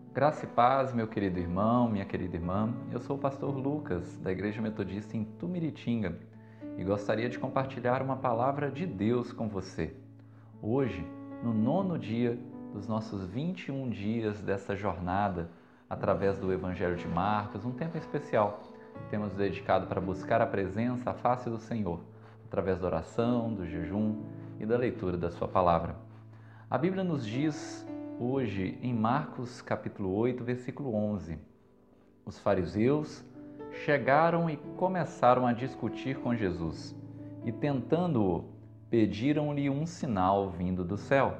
Graça e paz, meu querido irmão, minha querida irmã. Eu sou o pastor Lucas, da Igreja Metodista em Tumiritinga, e gostaria de compartilhar uma palavra de Deus com você. Hoje, no 9º dia dos nossos 21 dias dessa jornada, através do Evangelho de Marcos, um tempo especial que temos dedicado para buscar a presença, a face do Senhor, através da oração, do jejum e da leitura da sua palavra. A Bíblia nos diz hoje em Marcos capítulo 8, versículo 11, os fariseus chegaram e começaram a discutir com Jesus e, tentando-o, pediram-lhe um sinal vindo do céu.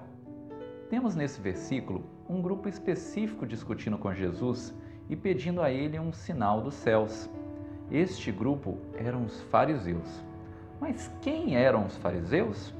Temos nesse versículo um grupo específico discutindo com Jesus e pedindo a ele um sinal dos céus. Este grupo eram os fariseus. Mas quem eram os fariseus?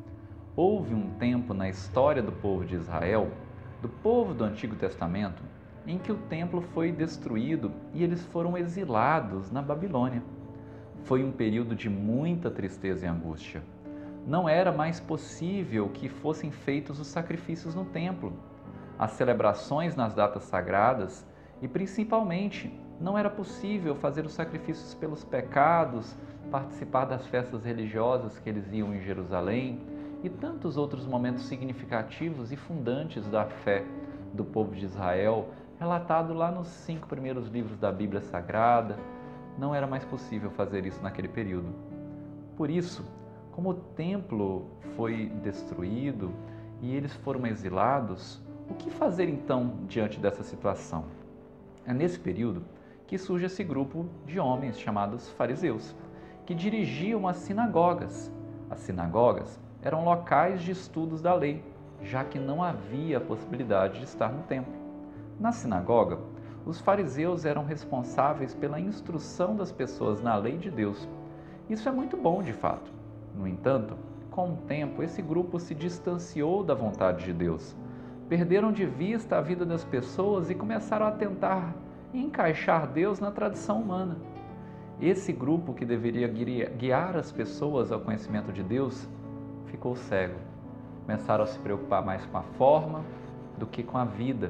Houve um tempo na história do povo de Israel, do povo do Antigo Testamento, em que o templo foi destruído e eles foram exilados na Babilônia. Foi um período de muita tristeza e angústia. Não era mais possível que fossem feitos os sacrifícios no templo, as celebrações nas datas sagradas e, principalmente, não era possível fazer os sacrifícios pelos pecados, participar das festas religiosas que eles iam em Jerusalém e tantos outros momentos significativos e fundantes da fé do povo de Israel, relatado lá nos 5 primeiros livros da Bíblia Sagrada. Não era mais possível fazer isso naquele período. Por isso, como o templo foi destruído e eles foram exilados, o que fazer então diante dessa situação? É nesse período que surge esse grupo de homens chamados fariseus, que dirigiam as sinagogas. As sinagogas eram locais de estudos da lei, já que não havia a possibilidade de estar no templo. Na sinagoga, os fariseus eram responsáveis pela instrução das pessoas na lei de Deus. Isso é muito bom, de fato. No entanto, com o tempo, esse grupo se distanciou da vontade de Deus. Perderam de vista a vida das pessoas e começaram a tentar encaixar Deus na tradição humana. Esse grupo que deveria guiar as pessoas ao conhecimento de Deus ficou cego. Começaram a se preocupar mais com a forma do que com a vida,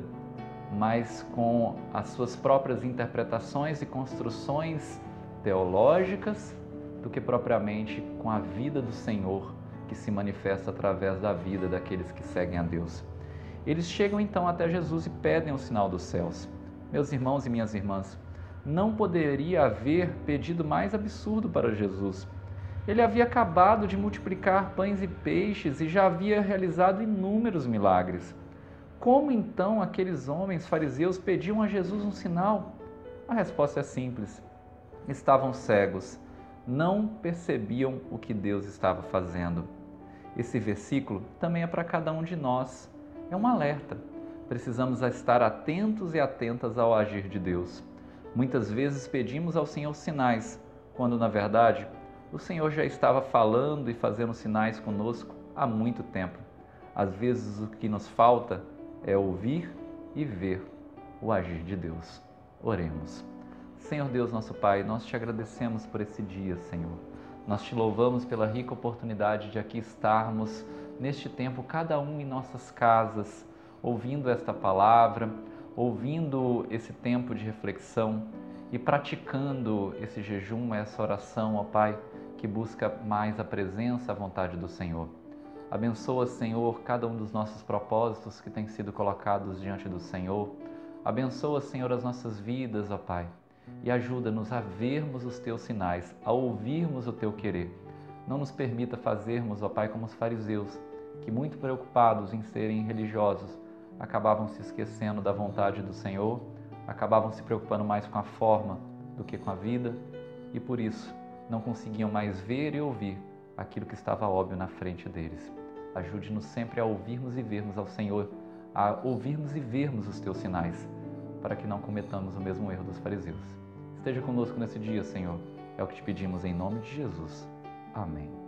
mais com as suas próprias interpretações e construções teológicas do que propriamente com a vida do Senhor que se manifesta através da vida daqueles que seguem a Deus. Eles chegam então até Jesus e pedem o sinal dos céus. Meus irmãos e minhas irmãs, não poderia haver pedido mais absurdo para Jesus. Ele havia acabado de multiplicar pães e peixes e já havia realizado inúmeros milagres. Como então aqueles homens fariseus pediam a Jesus um sinal? A resposta é simples: estavam cegos, não percebiam o que Deus estava fazendo. Esse versículo também é para cada um de nós. É um alerta. Precisamos estar atentos e atentas ao agir de Deus. Muitas vezes pedimos ao Senhor sinais, quando na verdade o Senhor já estava falando e fazendo sinais conosco há muito tempo. Às vezes o que nos falta é ouvir e ver o agir de Deus. Oremos. Senhor Deus, nosso Pai, nós te agradecemos por esse dia, Senhor. Nós te louvamos pela rica oportunidade de aqui estarmos neste tempo, cada um em nossas casas, ouvindo esta palavra, ouvindo esse tempo de reflexão e praticando esse jejum, essa oração, ó Pai, que busca mais a presença, a vontade do Senhor. Abençoa, Senhor, cada um dos nossos propósitos que têm sido colocados diante do Senhor. Abençoa, Senhor, as nossas vidas, ó Pai, e ajuda-nos a vermos os Teus sinais, a ouvirmos o Teu querer. Não nos permita fazermos, ó Pai, como os fariseus, que muito preocupados em serem religiosos, acabavam se esquecendo da vontade do Senhor, acabavam se preocupando mais com a forma do que com a vida e, por isso, não conseguiam mais ver e ouvir aquilo que estava óbvio na frente deles. Ajude-nos sempre a ouvirmos e vermos ao Senhor, a ouvirmos e vermos os Teus sinais, para que não cometamos o mesmo erro dos fariseus. Esteja conosco nesse dia, Senhor. É o que te pedimos em nome de Jesus. Amém.